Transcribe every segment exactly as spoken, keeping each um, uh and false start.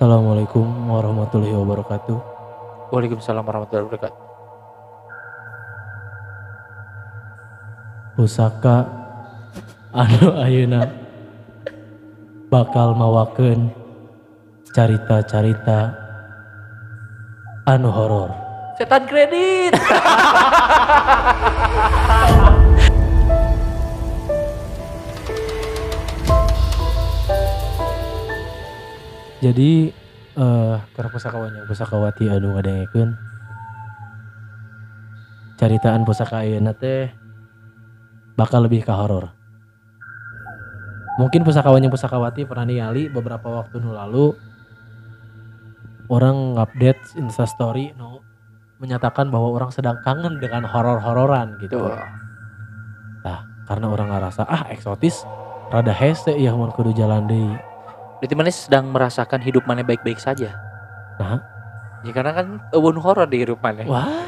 Assalamualaikum warahmatullahi wabarakatuh. Waalaikumsalam warahmatullahi wabarakatuh. Pusaka anu ayeuna bakal mawakeun carita-carita anu horor. Setan kredit. Jadi eh karena pusakawan pusakawati anu ngadengekeun caritaan pusaka ayeuna teh bakal lebih ke horor. Mungkin pusakawan yang pusakawati pernah ningali beberapa waktu nu lalu orang ngupdate Instastory no, menyatakan bahwa orang sedang kangen dengan horor-hororan gitu. Tuh. Nah, karena orang ngerasa ah eksotis rada hese ya mun kudu jalan deui. Berarti mana sedang merasakan hidup mana baik-baik saja. Nah, Ya karena kan eueun horor di hidup mana. wah.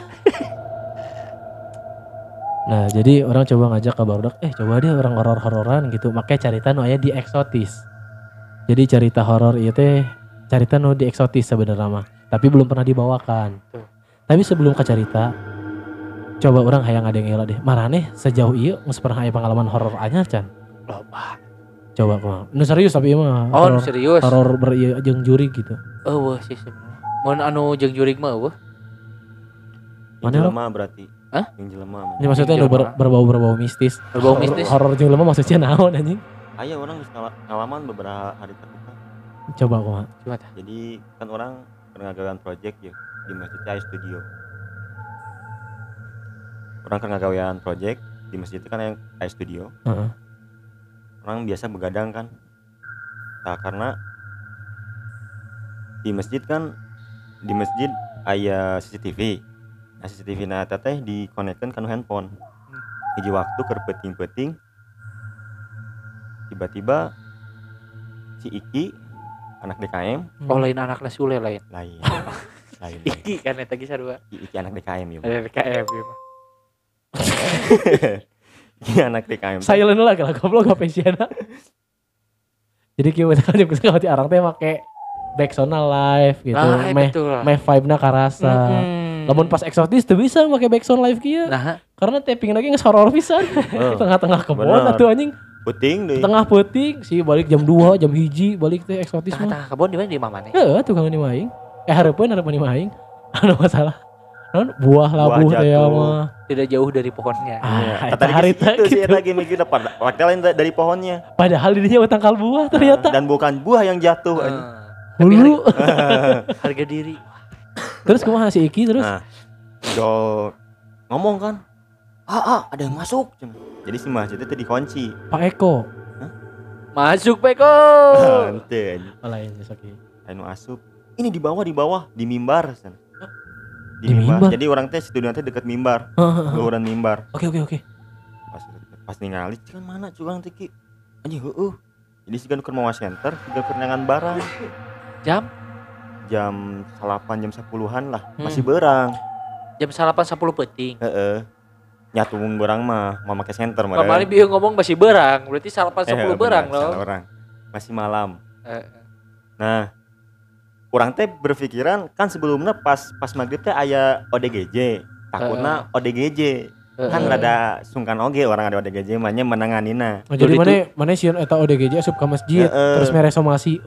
Nah, jadi orang coba ngajak ke barudak, eh coba deh orang horor-hororan gitu, makanya carita nu aya di eksotis. Jadi cerita horor ieu teh carita nu di eksotis sebenarnya mah, tapi belum pernah dibawakan. Tuh. Tapi sebelum ke cerita, coba orang hayang ngadengela deh. Maraneh sejauh ieu geus pernah aya pengalaman horor anyar can? Loba. Coba kumaha? Nu serius tapi ieu mah. Oh, horor- serius. Horor ber ieu jeung jurig gitu. Eueuh sih sebenarnya. Mun anu jeung jurig mah eueuh. Mana Yang lo? jelema berarti. Hah? Yang jelema. Ini maksudnya nu ber- Jelema. berbau-berbau mistis. Berbau Horor- mistis? Horor jeung lemah maksudnya naon anjing? Aya orang geus ngala- ngalaman beberapa hari terbuka. Coba kumaha? Coba tah. Jadi kan orang pernah ngagawean project ya di Masjid Cahaya Studio. Orang kan ngagawean project di masjid itu kan yang Cahaya Studio. Heeh. Orang biasa begadang kan. Nah, karena di masjid kan di masjid aya C C T V. Nah, C C T V na eta teh dikonekkeun ka handphone. Hiji waktu keur peuting-peuting tiba-tiba si Iki anak D K M Oh lain anakna Sule lain. lain lain Iki kan eta ge sarua. si Iki anak D K M ya. Ada K M ieu mah. Iki anak D K M. Silent lah kalau goblok apa isiana. Jadi kieu kan jeung kusakawati arang teh make backsound live gitu. Nah, meh betul. meh vibe-na karasa. Mm-mm. Lamun pas eksotis teu bisa make backsound live kieu. Nah, Karena tapping lagi geus horor pisan. Heeh. Tengah-tengah kebon Bener. atuh anjing. Puting deui. Tengah peuting sih balik jam dua, jam hiji balik teh eksotis tah mah. tah kebon di mana di mana? Heeh, tukang di maing. Eh hareupeun hareupeun di maing. Anu masalah. Naon buah labuh Buah teh ya jatuh. mah. Tidak jauh dari pohonnya. Ah, Iya, eta tadi harita itu sih gitu. lagi mikir dapat waktu lain dari pohonnya. Padahal dirinya tangkal buah ternyata. Dan bukan buah yang jatuh. anjing. Ah, tapi Hulu. harga, harga diri. Terus kumaha si Iki terus? Nah, Jol ngomong kan, ah, ah ada yang masuk. Cuma. Jadi si masjid itu dikunci. Pak Eko. Masuk Peko. Ente, Oh, lain Saki. anu asup. Ini di bawah di bawah di mimbar sana. Di mimbar? Jadi orang teh studio teh deket mimbar, luhuran mimbar. Oke oke oke. Pas pas ningali kan mana cuang teh ki. Anjing heueuh. Jadi si kan keur mawa center, juga keur nangan barang. Jam Jam salapan jam sepuluhan lah, Hmm. masih berang. jam delapan sepuluh peting. Heeh. Nyatung berang mah mau make center mah. Kemarin bieu ngomong masih berang, berarti delapan sepuluh berang loh. Orang. Masih malam. Eh, Nah, orang teh berpikiran kan sebelumnya pas pas maghrib teh aya O D G J, takutna O D G J. eh, Kan eh. rada sungkan oge orang ada O D G J mah nya menanganina. Oh, jadi Dulu mana mana sieun eta O D G J asup ka masjid Heeh. terus mere somasi.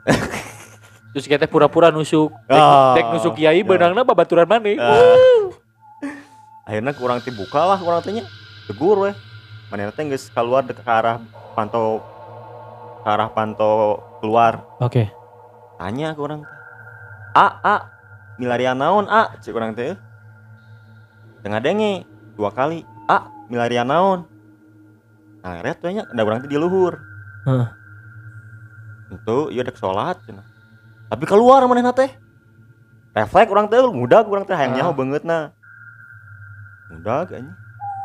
Terus kita pura-pura nusuk. Dek, Oh. dek nusuk kiai Ya. beunangna babaturan maneh. Ah. Akhirnya kurang teh buka lah kurang teh nya. Tegur we. Manehna teh geus keluar ke arah pantau ke arah pantau keluar. Oke. Tanya ke orang teh. A a milarian naon a cek orang teh. Tengah denge dua kali. A milarian naon. Nah, ret we nya da urang teh di luhur. Heeh. Itu ieu dek salat cenah. Tapi keluar manehna teh. Refleks urang teh mudag urang teh hayang Ah. nyaho beungeutna. Mudag anjing.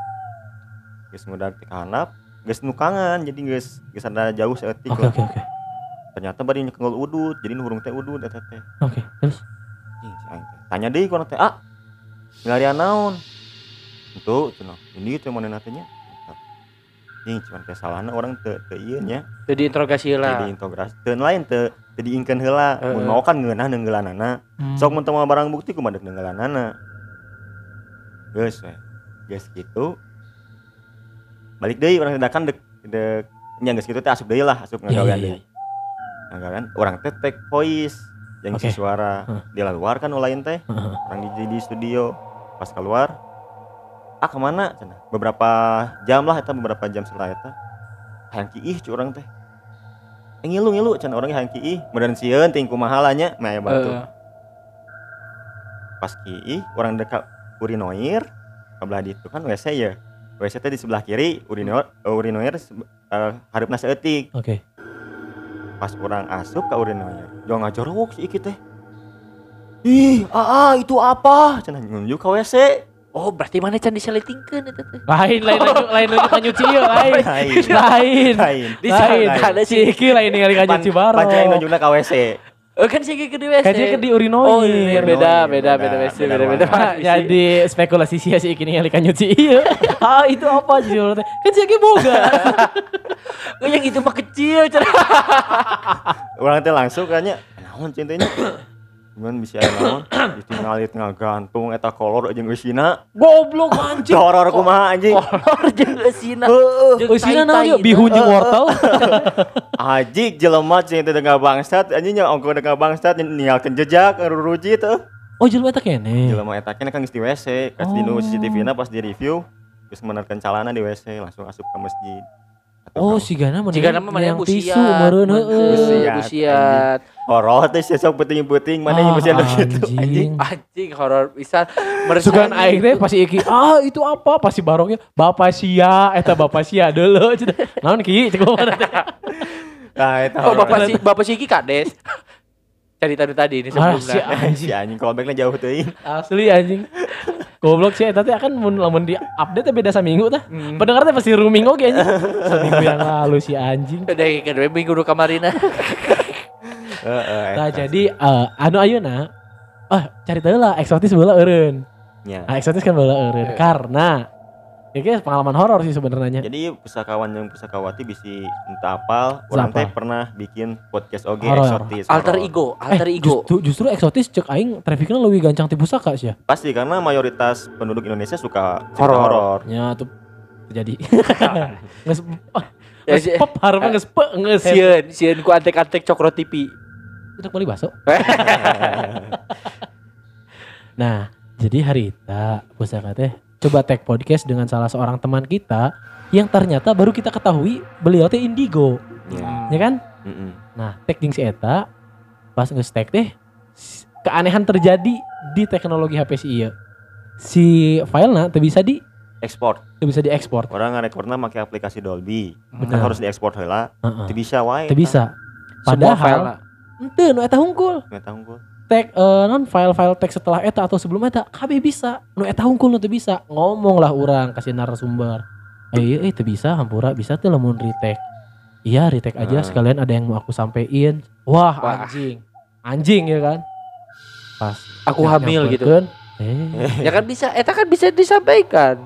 Geus mudag teh ka handap, geus nukangan jadi geus geus ada jauh saeutik. Oke oke oke. Ternyata bari nyekenggol udut, jadi nu hurung teh udut eta teh. Oke. Terus Anjing, si aing teh. Tanya deui ku urang teh, "Ah, milarian naon?" Itu cenah. Ini teh manehna teh nya. Anjing cuman teh salahna orang teu teu ieu nya. Teu diinterogasi Teu lah. diintegrasi. Teu lain teu Jadi ingkeun heula, Heeh. mun mau kan ngeunah nenggelanana. Hmm. Sok mun teu mau barang bukti kumaha deuk nenggelanana. Geus we. Geus kitu. Balik deui urang tindakan dek dek nya geus kitu teh asup deui lah, asup Iya, ngagawean iya, deui. Ngagawean urang teh take voice jeung Oke. si suara. Heeh. Di luar kan ulain teh. Heeh. Orang di, di studio. Pas keluar, ah kemana? Cenah. Beberapa jam lah eta beberapa jam setelah eta. Hayang kiih cu urang teh. Eh, ngilu ngilu cenah urang hayang kiih. Meureun sieun ting kumaha lah nya, mah aya batu. Heeh. Pas kiih urang dekat urinoir, kabelah ditu kan W C ya. W C teh di sebelah kiri, urinoir uh, urinoir uh, hareupeuna saeutik. Oke. Pas urang asup ka urinoir, jong ngajorok si iki teh. Ih, aa itu apa? Cenah nunjuk ka W C. Oh, berarti mana can diseletingkeun eta teh. Lain lain lain lain lain ka nyuci ieu lain. Lain. Lain. Lain. Di Lain. sana ada Si iki lain ningali ka nyuci baro. Pancing nunjukna ka W C. Oh, kan sih ke di W C. Kan dia ke di urinoir. Oh, iya, beda, beda, beda Beda, W C, beda beda, beda. ruangan. Beda. Jadi spekulasi sia si iki ningali ka nyuci ieu. Ah, itu apa sih urang teh? Kan si iki boga. Oh, yang itu mah kecil, cenah. Urang teh langsung kayaknya naon cintanya. Cuman bisa aya naon? Ditinggalit ngagantung eta kolor jeung eusina. Goblok anjing. Horor kumaha anjing. Kolor jeung eusina. Heeh. Jeung Eusina naon tai-tai dia bihun jeung wortel. Ajik jelema cing teh dengah bangsat anjing nya ongko dengah bangsat ninggalkeun jejak ruruji teh. Oh, jelema eta keneh. Jelema eta keneh kan geus di W C, kas di nu C C T V-na pas di review geus menerkeun calana di W C langsung asup ka masjid. Oh, si Gana mana? Jika nama mana yang busiat, tisu meureun heueuh. Busiat, busiat. Horor teh sok penting-penting mana yang masih ada gitu anjing. Anjing horor pisan. Sugan aing teh pasti iki, ah itu apa? Pasti baroknya Bapak Sia, eta Bapak Sia deuleu cenah. Naon ki cek mana teh? Nah, eta Oh, horor. bapak si bapak si Iki kades. Cerita tadi ini Ah, sebelumnya. Si anjing callback-na jauh teuing. Asli anjing. Goblok sih eta teh akan mun lamun di update teh beda saminggu tah. Hmm. Pendengar teh pasti rooming oge anjing. Seminggu yang lalu si anjing. Dari kedua minggu nu kamarina. Heeh. Nah, jadi eh, anu ayeuna ah carita heula eksotis baheula eureun. nya. Ah eksotis kan baheula eureun karena ya guys pengalaman horor sih sebenarnya. Jadi pusakawan yang pusakawati bisi entah apal, orang Siapa? teh pernah bikin podcast oge Horor. eksotis. Alter horor. ego, alter eh, ego. Justru, justru eksotis cek aing trafficnya lebih gancang tipu saka sih ya. Pasti karena mayoritas penduduk Indonesia suka cerita Horor. horor. Ya tuh terjadi. Nges oh, Ya, nges si- pop harapnya nges pe nges. Sieun, sieun ku antek-antek cokro T V. Udah kembali baso. Nah, jadi harita pusaka teh coba tag podcast dengan salah seorang teman kita yang ternyata baru kita ketahui beliau teh indigo, Ya. ya kan? Mm-mm. Nah, tag jeung si eta pas nge-tag teh s- keanehan terjadi di teknologi H P si ieu. Si filenya teu bisa di Ekspor. teu bisa diekspor. Orang ngarekorna make aplikasi Dolby. Bener. Kan harus diekspor heula. Heeh. Teu bisa wae. Teu bisa. Semua file Padahal na. henteu nu eta hungkul. Eta unggul. Tag eh, non file-file teks setelah eta atau sebelum eta kabeh bisa. Nu eta hungkul nu teu bisa. Ngomong lah urang kasih narasumber. Eh ieu eh teu bisa hampura bisa teu lamun retake. Iya retake aja Heeh. sekalian ada yang mau aku sampein. Wah, Wah. anjing. Anjing ya kan. Pas Aku nyam- hamil gitu. nyamperkeun, Eh, Ya kan bisa, eta kan bisa disampaikan.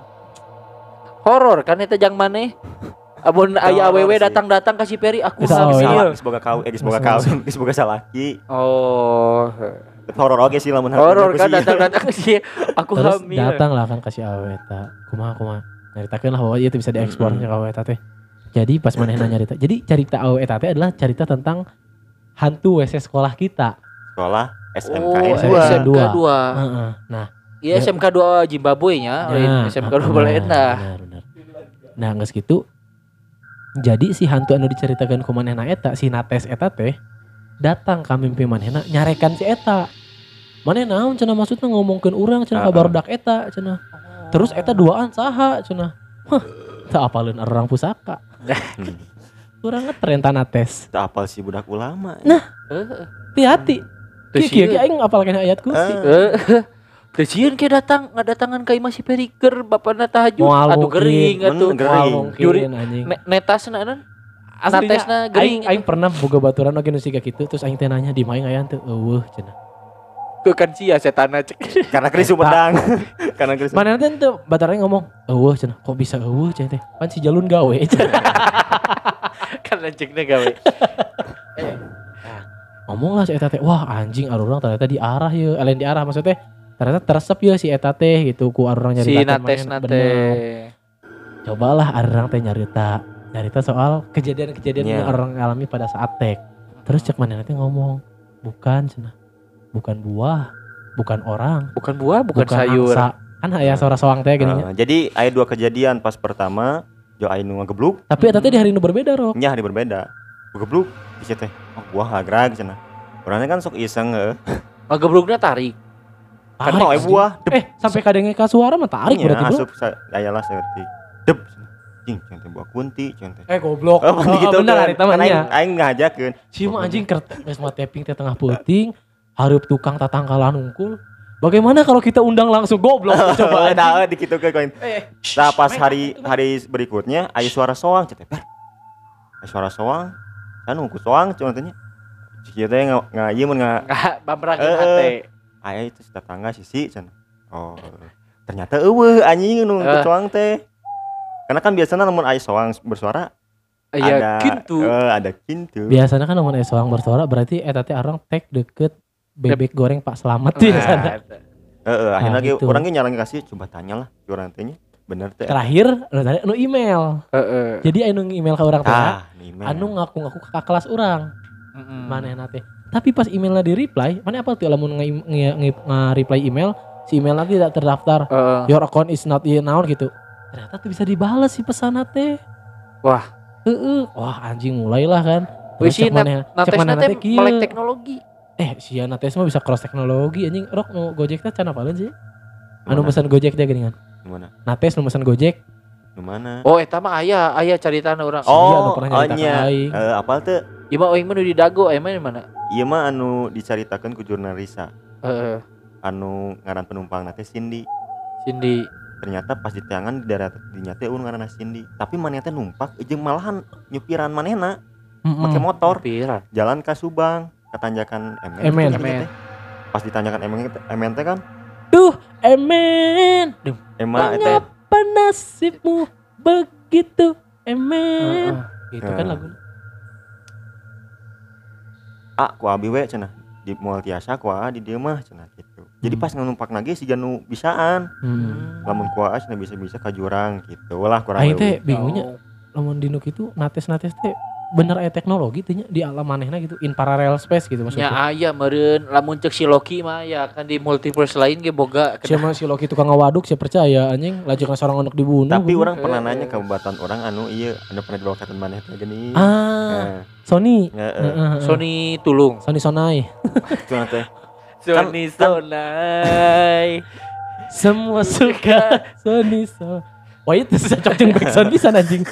Horor kan eta jang maneh. Amun aya Horor awewe sih. datang-datang ka si Peri aku Bisa Geus awewe. hamil. geus boga kawin, eh geus boga Geus kawin, geus boga salaki. Oh. Tapi horor oge sih lamun Horor hareup kan ku sih. datang-datang ke si aku terus hamil. datang lah kan kasih awe eta. Kumaha kumaha. Nyaritakeun lah bahwa ieu teu bisa diekspornya ka awe eta teh. Jadi pas manehna nyarita. Jadi cerita awe eta teh adalah cerita tentang hantu W C sekolah kita. Sekolah S M K Oh, S dua. S M K dua. Heeh. Nah, Iya S M K dua Zimbabwe nya, lain S M K dua Belanda. Benar, benar. Nah, geus kitu. Jadi si hantu anu diceritakeun ku manehna eta, si Nates eta teh datang ka mimpi manehna nyarekan si eta. Maneh naon cenah maksudna ngomongkeun urang cenah ka Heeh. barudak eta cenah. Terus eta duaan saha cenah. Hah, teu apaleun orang pusaka. Hmm. Urang ngetren tanah tes. Teu apal si budak ulama. Nah. Heeh. Hati-hati. Teu Kieu kieu sieun. aing apal kena ayat kursi. Eh. Heeh. Teu sieun ke datang ngadatangan ka imah si Peri keur bapana tahajud Moal atuh mungkin. gering atuh. Men, gering. Wah, Juri- mungkin anjing. Ne- Netasna non Aslinya natesna gering aing, aing pernah boga baturan oge nu siga kitu terus aing teh nanya di maing aya teu eueuh cenah. ke kan sia setanna cek. Karena Kris Sumedang. Karena Kris. Mana nanti tuh baturan ngomong eueuh cenah kok bisa eueuh cenah teh. Pan si jalun gawe cenah. Kan cekna gawe. ngomong lah si eta teh, wah anjing arurang ternyata diarah ya, lain diarah maksudnya ternyata teresep ya si eta teh gitu ku arurang Si nyaritakeun nates manehna. nate. Bener. Cobalah arurang teh nyarita, nyarita soal kejadian-kejadian Iya. yang orang alami pada saat tek. Terus cek manehna teh ngomong, bukan cenah. Bukan buah, bukan orang, Bukan buah, bukan, bukan sayur. angsa. Kan aya suara soang teh gini nya. Nah, jadi aya dua kejadian pas pertama jo aya nu ngagebluk, Tapi eta teh di hari nu berbeda, Rok. nya hari berbeda. Gebluk di teh. Oh, gua hagrag cenah. Orangnya kan sok iseng heuh. Ngegeblukna tarik. Kan Tarik, mau anjing. buah. Eh, sampai kadenge ka suara mah tarik Nya, berarti, Bro. asup sa- aya lah seperti dep. Cing, cing teh buah kunti, cing teh. Eh, goblok. Oh, Oh, gitu bener kan. hari tamanya. Kan aing aing ngajakeun. Si mah anjing ker geus mah taping teh tengah peuting, hareup tukang tatangkalan unggul. Bagaimana kalau kita undang langsung goblok coba anjing. Nah, dikitukeun koin. Eh, Nah, pas hari hari berikutnya aya suara soang cete. Aya suara soang. Kan ungku soang cuma tanya. Si teh ngayi mun nga Bambragin Eh, hate. aya itu si tetangga sisi cenah. Oh, ternyata eueuh anjing nu Eh. soang teh. Karena kan biasanya lamun aya soang bersuara Iya, ada gitu. eh, ada kintu. biasanya kan namun soang bersuara berarti eta teh orang tek deket bebek goreng Pak Slamet Nah, biasana. Heeh, akhirnya Nah, ge gitu. urang ge nyalang kasih coba tanyalah si urang teh nya. Bener teh. Terakhir anu tadi anu email. Heeh. Jadi anu email ka urang teh Ah, nih men. anu ngaku-ngaku kakak kelas urang. Mm-mm. Manehna teh. Tapi pas emailnya di reply, mana apa tuh lamun nge-reply email, si email nanti tidak terdaftar. Heeh. Your account is not in now gitu. Ternyata tuh bisa dibalas si pesanna teh. Wah. Heeh. Wah anjing mulailah kan. Wih si cek maneh- cek nates manehna nate teh kieu. melek teknologi. Eh si nates mah bisa cross teknologi anjing. Rok nu Gojek teh can apalun sih? Anu Mana? pesan Gojek teh geuningan. Nu mana? Nates nu pesan Gojek. Nu mana? Oh, eta mah aya, aya caritana urang. Iya, Oh, anu pernah oh nyarita nya. ka aing. Eh, apal teu? Ieu mah aing mah nu di dago, aing mah di mana? Ieu mah anu dicaritakeun ku jurnalisa. Heeh. Anu ngaran penumpang teh Cindy. Cindy. Ternyata pas di tangan di darat dinya teh un ngaranna Cindy. Tapi manehna teh numpak jeung malahan nyupiran manehna Heeh. make motor Piran. jalan ka Subang ka tanjakan M N. Emen. Gitu, Emen. teh. Pas di tanjakan M N teh- M N teh kan Tuh, emen. Duh, emang teh mengapa nasibmu begitu emen? Heeh. Gitu kan Heeh. lagu. ah ku abi we cenah di moal tiasa ku aa di dieu mah cenah gitu. Jadi Hmm. pas nganumpak lagi si nu bisaan. Hmm. Lamun ku aa cenah bisa-bisa ka jurang gitu lah kurang Aing teh leuwih. bingungnya lamun di nuk itu nates-nates teh bener aya teknologi teh nya di alam manehna gitu in parallel space gitu Nya maksudnya. aya meureun lamun cek si Loki mah ya kan di multiverse lain ge boga Siapa si Loki tukang ngawaduk saya percaya anjing lajengna seorang anak dibunuh. Tapi goblok. orang pernah Eh, nanya eh. ke batan orang anu ieu anu pernah dibawa ka maneh teh geuning. Ah, Nah, Sony. heeh. Heeh, heeh. Sony tulung. Sony Sonai. Cenah teh. Sony Sonai. Semua suka Sony so. Wah itu cocok jeung backsound bisa anjing.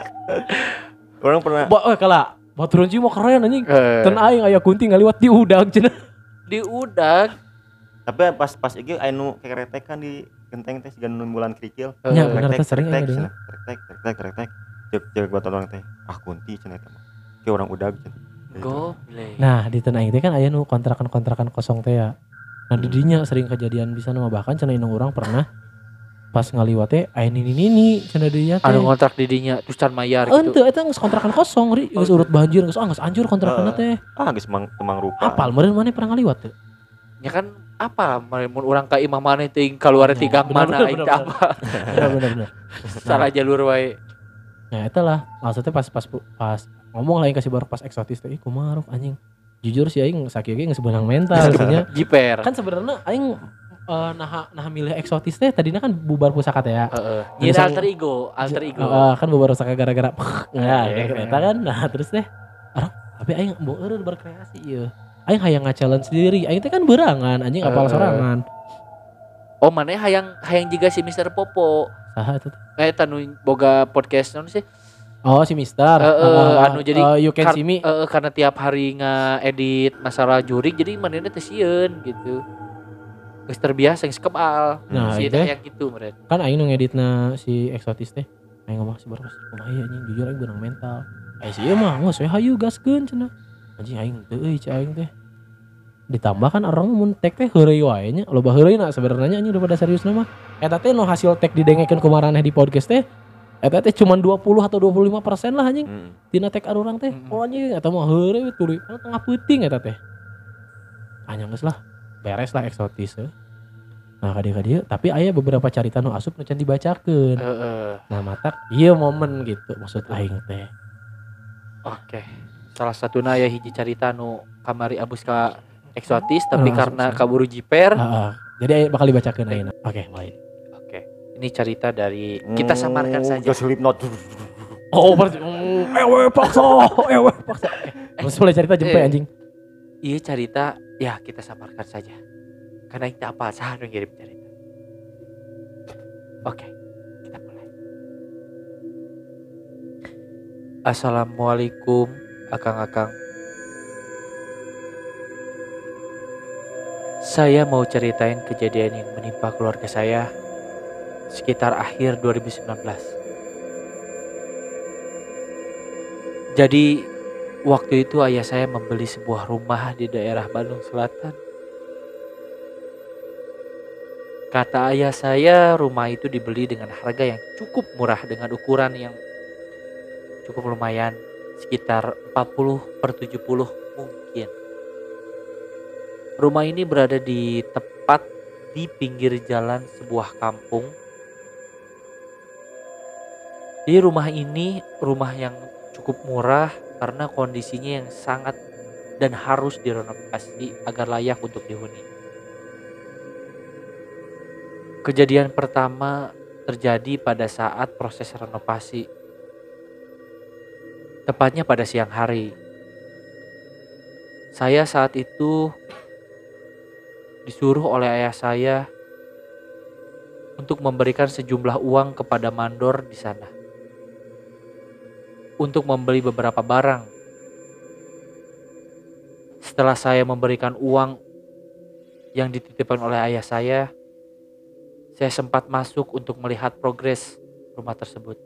Orang pernah Ba eh kala baturan cium mah keren anjing. Eh, Ten aing aya kunting ngaliwat di udag cenah. di udag. tapi pas pas ieu anu keretekan di genteng teh siga nu bulan kerikil. Eh, Ya, bener. teh sering tek aya deui. cenah. Tek tek tek tek. Cek cek batan orang teh. Ah kunti cenah teh. Ke orang udag cenah. Gitu. Goblok. Nah di ten aing teh kan aya nu kontrakan-kontrakan kosong teh ya. Nah di dinya sering kejadian bisa nama bahkan cenah indung urang pernah pas ngaliwat teh aya nini-nini cenah dinya teh. Anu ngontrak di dinya terus can mayar gitu. Henteu eta geus kontrakan kosong ri geus urut banjir geus ah geus anjur kontrakanna teh. Ah geus mang temang rupa. Apal meureun maneh pernah ngaliwat teh? Ya kan apa mun urang ka imah maneh teuing kaluar ti gang Bener, mana bener, aing bener, teh bener. apa. Bener bener bener. Salah jalur wae. Nah eta lah maksudnya pas pas pas ngomong lah yang kasih baru pas eksotis teh ih kumaha rok anjing. Jujur sih aing sakieu ge geus beunang mental sebenarnya. Jiper. Kan sebenarnya aing eh, nah nah milih eksotis teh tadinya kan bubar pusaka teh ya. Heeh. Terus Nyir yang- alter ego, alter ego. Eh, kan bubar pusaka gara-gara nah Iya. kayak eta kan. Nah terus teh orang tapi aing mau eureun berkreasi ieu. Aing hayang nga-challenge sendiri. Aing teh kan berangan anjing apal Eh. sorangan. Oh maneh hayang hayang juga si Mister Popo. Saha eta teh? Eh tanu boga podcast naon sih? Oh si Mister. Eh, eh, Eh, anu jadi eh, you can Kar- see me. eh, karena tiap hari ngedit masalah jurig jadi manehna teh sieun gitu. Geus terbiasa geus kebal. Nah, si itu ya. yang gitu meren. Kan aing nu ngeditna si eksotis teh aing ngomong si baru kumaha ieu anjing jujur aing beunang mental aya si ieu mah geus we hayu gaskeun cenah anjing aing teu euy cai aing teh ditambah kan orang mun tek teh heureuy wae nya loba heureuy na sebenarnya anjing daripada seriusna mah eta teh nu hasil tek didengekeun ku maraneh di podcast teh eta teh cuman dua puluh atau dua puluh lima persen lah anjing Heeh. tina tek arurang teh Mm-mm. oh anjing eta mah heureuy tuluy tengah peuting eta teh Hanya geus lah beres lah eksotis eh. Nah kadieu kadieu tapi aya beberapa carita nu asup nu can dibacakeun. Heeh. Nah matak ieu momen gitu maksud aing teh. Oke. Salah satuna aya hiji carita nu kamari abus ka eksotis tapi Anu, karena asup, kaburu jiper. Heeh. Jadi aya bakal dibacakeun ayeuna. Oke, mulai. Oke. Ini cerita dari kita samarkan Hmm, saja. Just Slipknot. Oh, berarti mm, ewe paksa, ewe paksa. Eh, terus mulai cerita jempe eh. anjing. Iya cerita ya kita samarkan saja. Karena kita apa sah nu ngirim cerita. Oke. Kita mulai. Assalamualaikum akang-akang. Saya mau ceritain kejadian yang menimpa keluarga saya sekitar akhir dua ribu sembilan belas. Jadi waktu itu ayah saya membeli sebuah rumah di daerah Bandung Selatan. Kata ayah saya rumah itu dibeli dengan harga yang cukup murah dengan ukuran yang cukup lumayan, sekitar empat puluh per tujuh puluh mungkin. Rumah ini berada di tepat di pinggir jalan sebuah kampung. Di rumah ini rumah yang cukup murah karena kondisinya yang sangat dan harus direnovasi agar layak untuk dihuni. Kejadian pertama terjadi pada saat proses renovasi. Tepatnya pada siang hari. Saya saat itu disuruh oleh ayah saya untuk memberikan sejumlah uang kepada mandor di sana untuk membeli beberapa barang. Setelah saya memberikan uang yang dititipkan oleh ayah saya, saya sempat masuk untuk melihat progres rumah tersebut.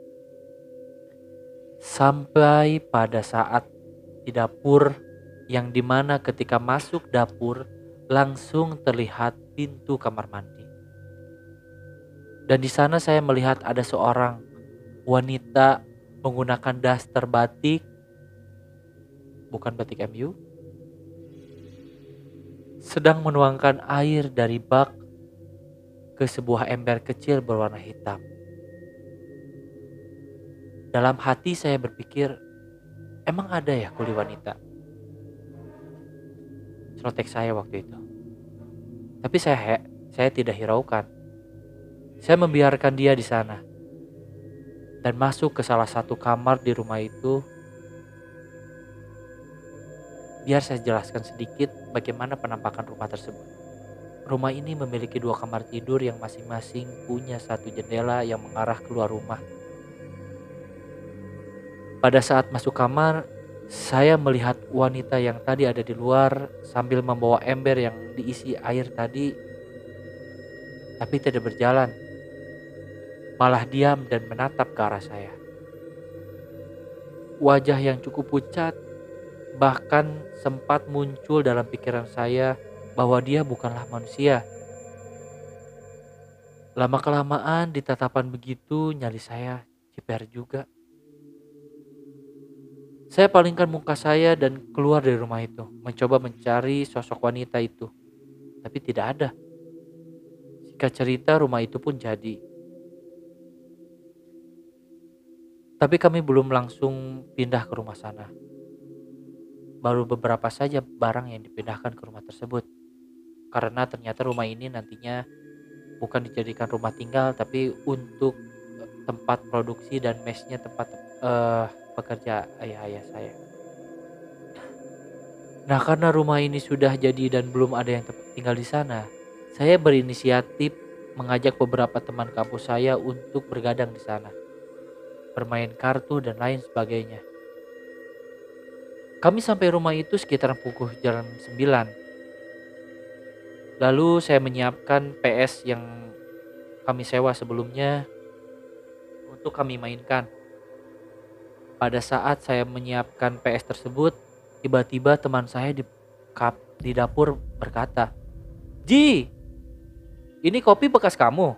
Sampai pada saat di dapur yang dimana ketika masuk dapur langsung terlihat pintu kamar mandi. Dan di sana saya melihat ada seorang wanita menggunakan daster batik, bukan batik M U, sedang menuangkan air dari bak ke sebuah ember kecil berwarna hitam. Dalam hati saya berpikir, emang ada ya kuli wanita? Celotek saya waktu itu. Tapi saya saya tidak hiraukan. Saya membiarkan dia di sana dan masuk ke salah satu kamar di rumah itu. Biar saya jelaskan sedikit bagaimana penampakan rumah tersebut. Rumah ini memiliki dua kamar tidur yang masing-masing punya satu jendela yang mengarah keluar rumah. Pada saat masuk kamar, saya melihat wanita yang tadi ada di luar sambil membawa ember yang diisi air tadi, tapi tidak berjalan. Malah diam dan menatap ke arah saya. Wajah yang cukup pucat, bahkan sempat muncul dalam pikiran saya bahwa dia bukanlah manusia. Lama-kelamaan di tatapan begitu nyali saya ciper juga. Saya palingkan muka saya dan keluar dari rumah itu, mencoba mencari sosok wanita itu. Tapi tidak ada. Singkat cerita rumah itu pun jadi. Tapi kami belum langsung pindah ke rumah sana. Baru beberapa saja barang yang dipindahkan ke rumah tersebut. Karena ternyata rumah ini nantinya bukan dijadikan rumah tinggal, tapi untuk tempat produksi dan mesnya tempat uh, pekerja ayah-ayah saya. Nah, karena rumah ini sudah jadi dan belum ada yang tinggal di sana, saya berinisiatif mengajak beberapa teman kampus saya untuk bergadang di sana, bermain kartu dan lain sebagainya. Kami sampai rumah itu sekitar pukul jam sembilan. Lalu saya menyiapkan P S yang kami sewa sebelumnya untuk kami mainkan. Pada saat saya menyiapkan P S tersebut, tiba-tiba teman saya di, kap, di dapur berkata, "Ji, ini kopi bekas kamu."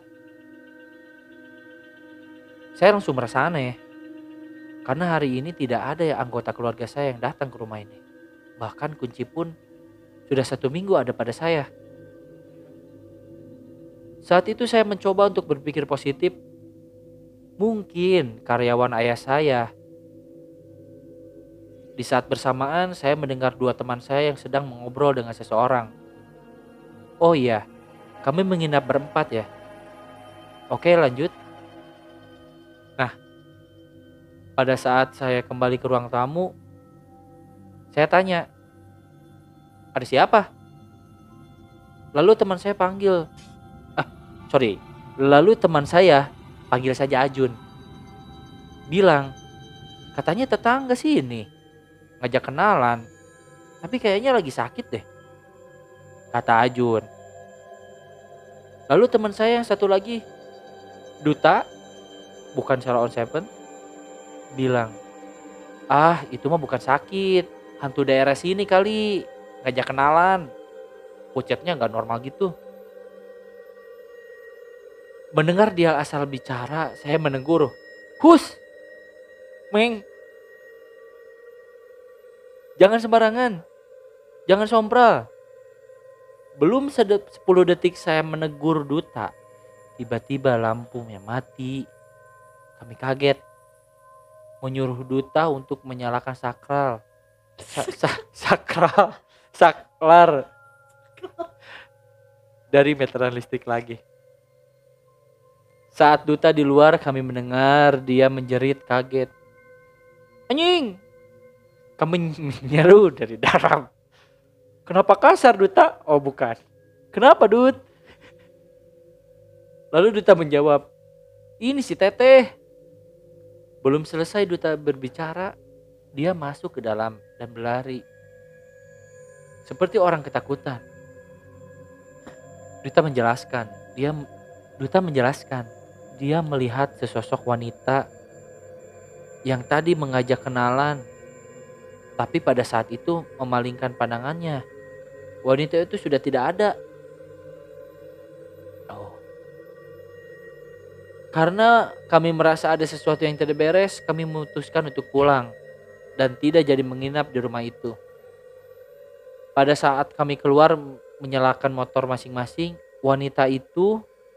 Saya langsung merasa aneh. Karena hari ini tidak ada ya anggota keluarga saya yang datang ke rumah ini. Bahkan kunci pun sudah satu minggu ada pada saya. Saat itu saya mencoba untuk berpikir positif. Mungkin karyawan ayah saya. Di saat bersamaan saya mendengar dua teman saya yang sedang mengobrol dengan seseorang. Oh iya, kami menginap berempat ya. Oke, lanjut. Nah, pada saat saya kembali ke ruang tamu, saya tanya, ada siapa? Lalu teman saya panggil, ah sorry, lalu teman saya panggil saja Ajun. Bilang, katanya tetangga sini, ngajak kenalan, tapi kayaknya lagi sakit deh, kata Ajun. Lalu teman saya yang satu lagi, Duta, bukan Sarah on Seven, bilang, ah itu mah bukan sakit, hantu daerah sini kali, ngajak kenalan, pucetnya gak normal gitu. Mendengar dia asal bicara, saya menegur, hus, Meng, jangan sembarangan, jangan sompral. Belum sepuluh detik saya menegur Duta, tiba-tiba lampunya mati. Kami kaget, menyuruh Duta untuk menyalakan sakral. Sa sa sakral, saklar dari meteran listrik lagi. Saat Duta di luar, kami mendengar dia menjerit kaget. Anjing! Kami menyeru dari dalam. Kenapa kasar Duta? Oh bukan. Kenapa Dut? Lalu Duta menjawab, ini si Teteh. Belum selesai Duta berbicara, dia masuk ke dalam dan berlari. Seperti orang ketakutan. Duta menjelaskan, dia Duta menjelaskan, dia melihat sesosok wanita yang tadi mengajak kenalan, tapi pada saat itu memalingkan pandangannya. Wanita itu sudah tidak ada. Oh. Karena kami merasa ada sesuatu yang tidak beres, kami memutuskan untuk pulang dan tidak jadi menginap di rumah itu. Pada saat kami keluar menyalakan motor masing-masing, wanita itu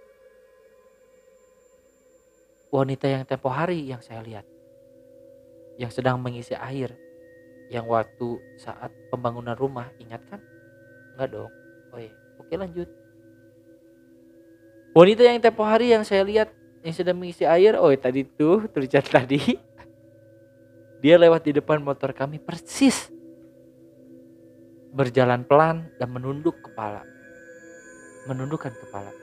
wanita yang tempo hari yang saya lihat, yang sedang mengisi air, yang waktu saat pembangunan rumah, ingat kan? Enggak dong. Oh iya, oke lanjut. Wanita yang tempo hari yang saya lihat yang sedang mengisi air, oh tadi tuh tulisan tadi, dia lewat di depan motor kami persis, berjalan pelan dan menunduk kepala, menundukkan kepala.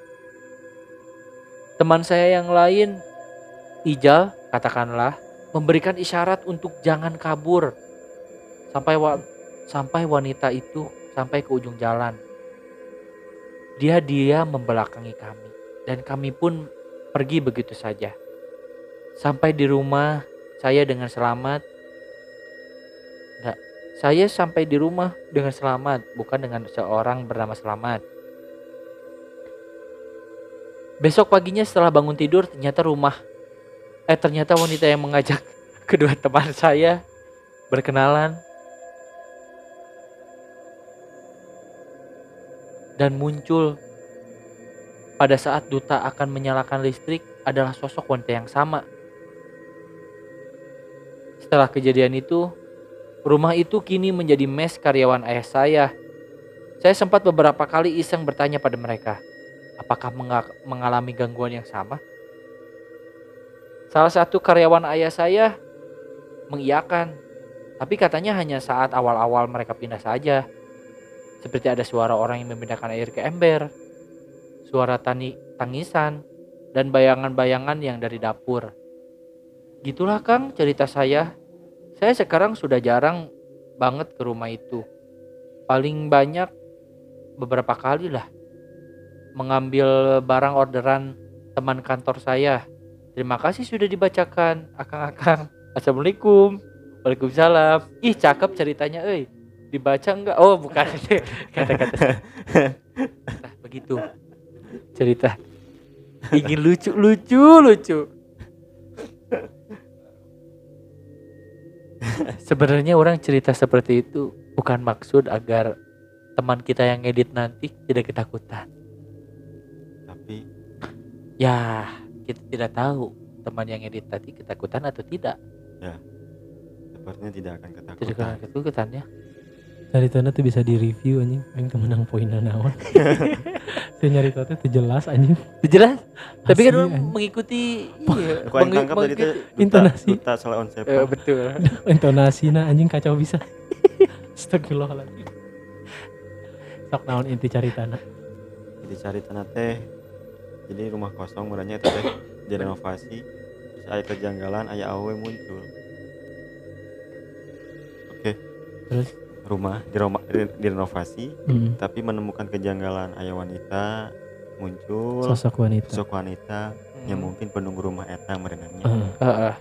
Teman saya yang lain, Ijal katakanlah, memberikan isyarat untuk jangan kabur sampai wa sampai wanita itu sampai ke ujung jalan. Dia dia membelakangi kami dan kami pun pergi begitu saja. Sampai di rumah saya dengan selamat. Enggak, saya sampai di rumah dengan selamat, bukan dengan seorang bernama Selamat. Besok paginya setelah bangun tidur, ternyata rumah eh ternyata wanita yang mengajak kedua teman saya berkenalan dan muncul pada saat Duta akan menyalakan listrik adalah sosok wanita yang sama. Setelah kejadian itu, rumah itu kini menjadi mes karyawan ayah saya. Saya sempat beberapa kali iseng bertanya pada mereka, apakah mengalami gangguan yang sama? Salah satu karyawan ayah saya mengiyakan, tapi katanya hanya saat awal-awal mereka pindah saja. Seperti ada suara orang yang memindahkan air ke ember, suara tani, tangisan, dan bayangan-bayangan yang dari dapur. Gitulah Kang cerita saya. Saya sekarang sudah jarang banget ke rumah itu. Paling banyak beberapa kali lah mengambil barang orderan teman kantor saya. Terima kasih sudah dibacakan, akang-akang. Assalamualaikum. Waalaikumsalam. Ih cakep ceritanya, euy. Dibaca enggak? Oh bukan. Kata-kata. Nah begitu cerita. Ingin lucu, lucu, lucu. Sebenarnya orang cerita seperti itu bukan maksud agar teman kita yang edit nanti tidak ketakutan. Tapi Ya, kita tidak tahu teman yang edit tadi ketakutan atau tidak. sepertinya tidak akan Tidak ketakutan. akan ketakutan ya. Dari tanda tuh bisa di review anjing, aing teu meunang poinna naon. Saya nyari teh teu jelas anjing. Jelas. Tapi kan Asli, orang anjing. mengikuti iya, Aku yang mengi- tangkap tadi teh mengikuti- duta, Intonasi. duta salah on sepa. Eh, betul. Intonasina anjing kacau bisa. Astagfirullahaladzim. Sok naon inti caritana. Jadi cari tanah teh. Jadi rumah kosong merenya itu teh direnovasi. Terus aya kejanggalan, aya awewe muncul. Oke, Terus rumah diroma- di- direnovasi hmm, tapi menemukan kejanggalan, aya wanita muncul, sosok wanita. sosok wanita yang Hmm. mungkin penunggu rumah eta merenangnya. Heeh. Heeh.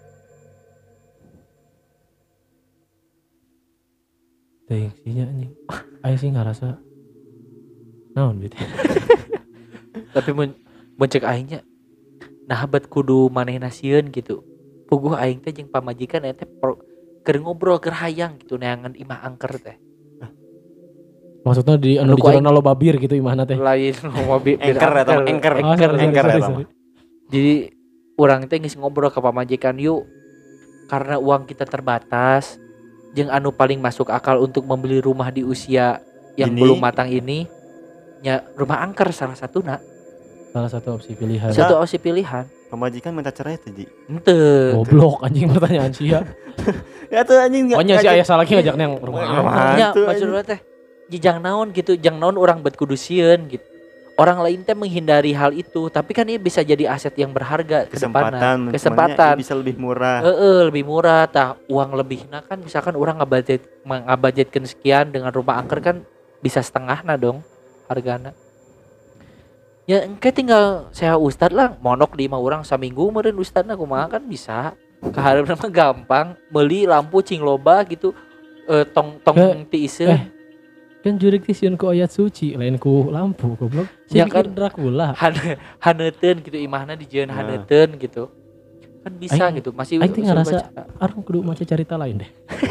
Teuing sinya anjing. Aing sih ngarasa naon gitu. Tapi mun mun cek aingnya nah bet kudu manehna sieun gitu. Puguh aing teh jeung pamajikan eta teh pro- keur ngobrol keur hayang gitu neangan imah angker teh. Maksudnya di anu Anu di ku aing- jalan lo babir gitu imahna teh. Lain mobil Anchor eta mah, anchor. Oh, anchor. sorry, Anchor sorry, eta sorry. Jadi orang teh geus ngobrol ke pamajikan yuk karena uang kita terbatas jeung anu paling masuk akal untuk membeli rumah di usia yang Ini- belum matang ini nya rumah angker salah satuna. Salah satu opsi pilihan. Sa- Satu opsi pilihan. Pemajikan minta cerai teh, Ji. Henteu. Goblok anjing pertanyaan sia. Ya tuh anjing enggak. Pokoknya si ayah salah lagi ngajak nang rumah. Rumah. Nya Hantu, maksud urang teh jang naon gitu, jang naon orang bet kudu sieun gitu. Orang lain teh menghindari hal itu, tapi kan ini bisa jadi aset yang berharga ke kesempatan depanna. kesempatan Kesempatan. bisa lebih murah. Heeh, lebih murah tah uang lebihna kan misalkan orang ngabudget ngabudgetkeun sekian dengan rumah angker kan bisa setengahna dong hargana. Ya engke tinggal saya ustad lah monok di imah urang saminggu meureun ustadna kumaha kan bisa. Kaharepna mah gampang, meuli lampu cing loba gitu. Eh, tong tong Eh, ti iseuh. eh. Kan jurik sieun ku ayat suci lain ku lampu goblok. Si Ya bikin kan. Dracula. Han- haneuteun gitu imahna dijieun Nah. haneuteun gitu. Kan bisa Aing- gitu, masih Aing teh bisa ngarasa baca. arung kudu maca cerita lain deh.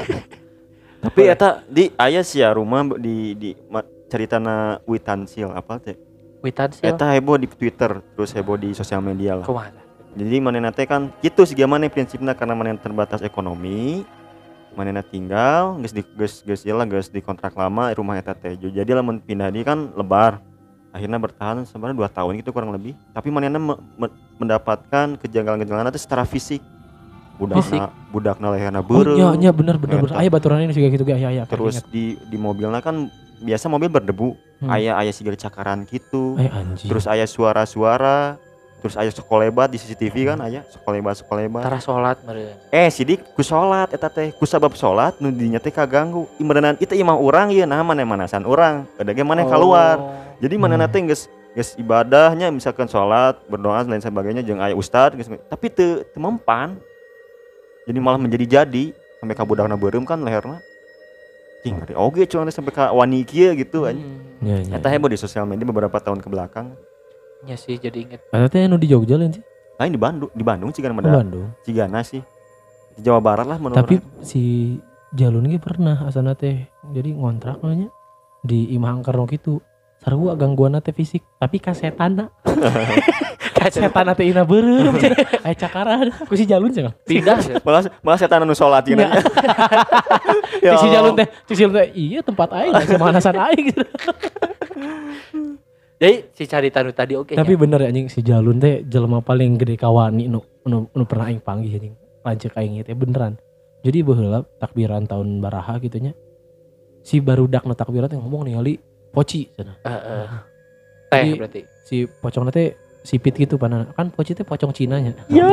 Tapi eta di aya sih ya rumah di di ma- ceritana Witansil apa teh? Witan sih. Eta heboh di Twitter, terus heboh di sosial media lah. Kumaha? Jadi manehna teh kan kitu sih gimana prinsipnya karena manehna terbatas ekonomi. Manehna tinggal geus di geus geus ieu lah geus di kontrak lama rumah eta teh. Jadi lamun pindah di kan lebar. Akhirnya bertahan sebenarnya dua tahun gitu kurang lebih. Tapi manehna me- me- mendapatkan kejanggalan-kejanggalan itu secara fisik. Budakna budakna leherna Oh beureum. iya iya bener bener bener. Eta. Aya baturan ini juga gitu ge aya aya. Terus di di mobilnya kan biasa mobil berdebu. Hmm. Aya aya sigar cakaran gitu. eh anjing. Terus aya suara-suara. Terus aya sekolebat di C C T V kan aya sekolebat sekolebat. Tara salat meureun. Eh sidik ku salat eta teh ku sabab salat nu dinya teh kaganggu. Imeureunana itu imah urang ieu nah maneh-manasan urang. Ada ge maneh keluar. Jadi manehna teh geus geus ibadahnya misalkan salat, berdoa dan lain sebagainya jeung aya ustad geus tapi teu teu mempan. Jadi malah menjadi jadi sampai ka budakna beureum kan leherna. Cing ngeri oge cuman sampai ka wani kieu gitu anjing. Hmm. Nya nya. Eta heboh di sosial media beberapa tahun ke belakang. Ya sih jadi inget. Eta teh anu di Jogja lain sih. Lain di Bandung, di Bandung Cigana Ke Meda. Bandung. Cigana sih. Di Jawa Barat lah menurut Tapi orang. si Jalun ge pernah asana teh jadi ngontrak nya di imah angker nu kitu. Sarua gangguan teh fisik, tapi kasetana. Kasetana teh ina beureum. Aya cakaran. Ku si Jalun cenah. Pindah ya. Malah malah setan anu salat gitu. Iya. Ya Si Jalun Allah. teh, si Jalun teh iya tempat aing, semanasan aing. Jadi si carita nu tadi oke. Tapi nya. bener ya anjing si Jalun teh jelema paling gede kawani nu nu, nu pernah aing panggih anjing. Lanceuk aing teh beneran. Jadi baheula takbiran tahun baraha gitu nya. Si barudak nu takbiran teh ngomong ningali poci cenah. Heeh. Teh Jadi- berarti. Si pocongna teh sipit gitu panana. Kan poci teh pocong Cina nya. Ya.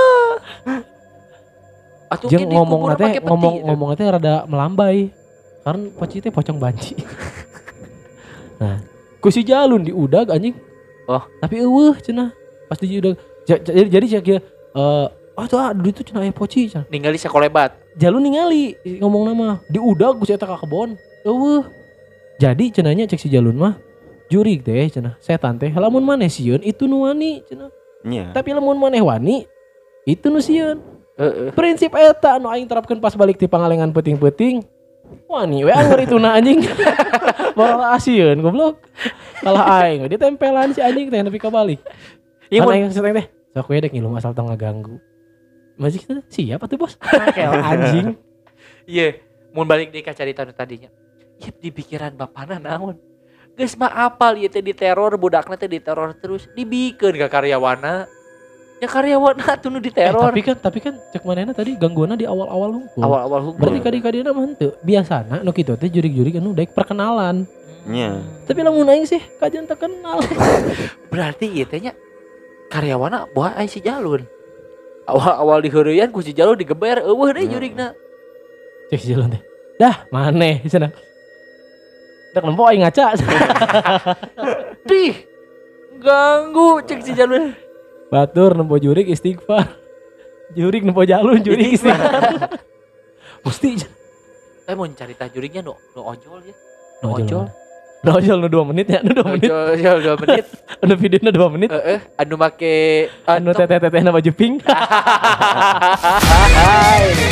Atuh Jeung ge di ngomong kuburan teh make peti. ngomong ngomong teh rada melambai. Karena poci teh pocong banci. Nah, ku si Jalun di udag anjing. Oh. Tapi eueuh cenah. Pas di udag ja- ja- jadi jadi cek ieu eh oh tuh ah dulu itu cenah aya poci cenah. Ningali sakolebat. Jalun ningali ngomong nama di udag ku eta ka kebon. Eueuh. Jadi cenahnya cek si Jalun mah jurig teh cenah. Setan teh lamun maneh sieun itu nu wani cenah. Iya. Tapi lamun maneh wani itu nu sieun. Heeh. Prinsip eta anu aing terapkeun pas balik ti Pangalengan peuting-peuting. Wah nih, we anger itu na anjing. Baru asieun goblok. Kalah aing, dia tempelan si anjing teh nepi ka balik. Iya, Mana mun- yang seteng teh? Sok we dek ngilu asal tong ngaganggu. Masih kita siapa tuh bos? Kayak anjing. Iya, mun balik deui ka carita nu tadinya. Ieu di pikiran bapana naon? Geus mah apal ieu teh diteror budakna teh diteror terus dibikeun ka karyawanna. Ya karyawanna tuh nu Eh, diteror. tapi kan tapi kan cek manehna tadi gangguanna di awal-awal hungkul. Awal-awal hukum. Berarti kadi-kadina mah henteu. Biasana nu kitu teh jurig-jurig anu daek perkenalan. Nya. Tapi lamun aing sih kajian terkenal. Berarti ieu teh nya karyawanna bawa aing si Jalun. Awal-awal di heureuyan ku si Jalun digeber eueuh deui jurigna. Cek si Jalun teh. Dah, maneh cenah. Dak lempo aing ngaca. Dih. Ganggu cek si Jalun. Batur nempo jurig istighfar. Jurig nempo Jalun jurig istighfar. Mesti Eh mau carita jurignya nu nu ojol ya. Nu Nu ojol ojol. Nu ojol nu dua menit ya, nu dua menit. Ojol ojol dua menit. Anu videona dua menit. Heeh, anu make Anu teteh-tetehna baju pink. Hai.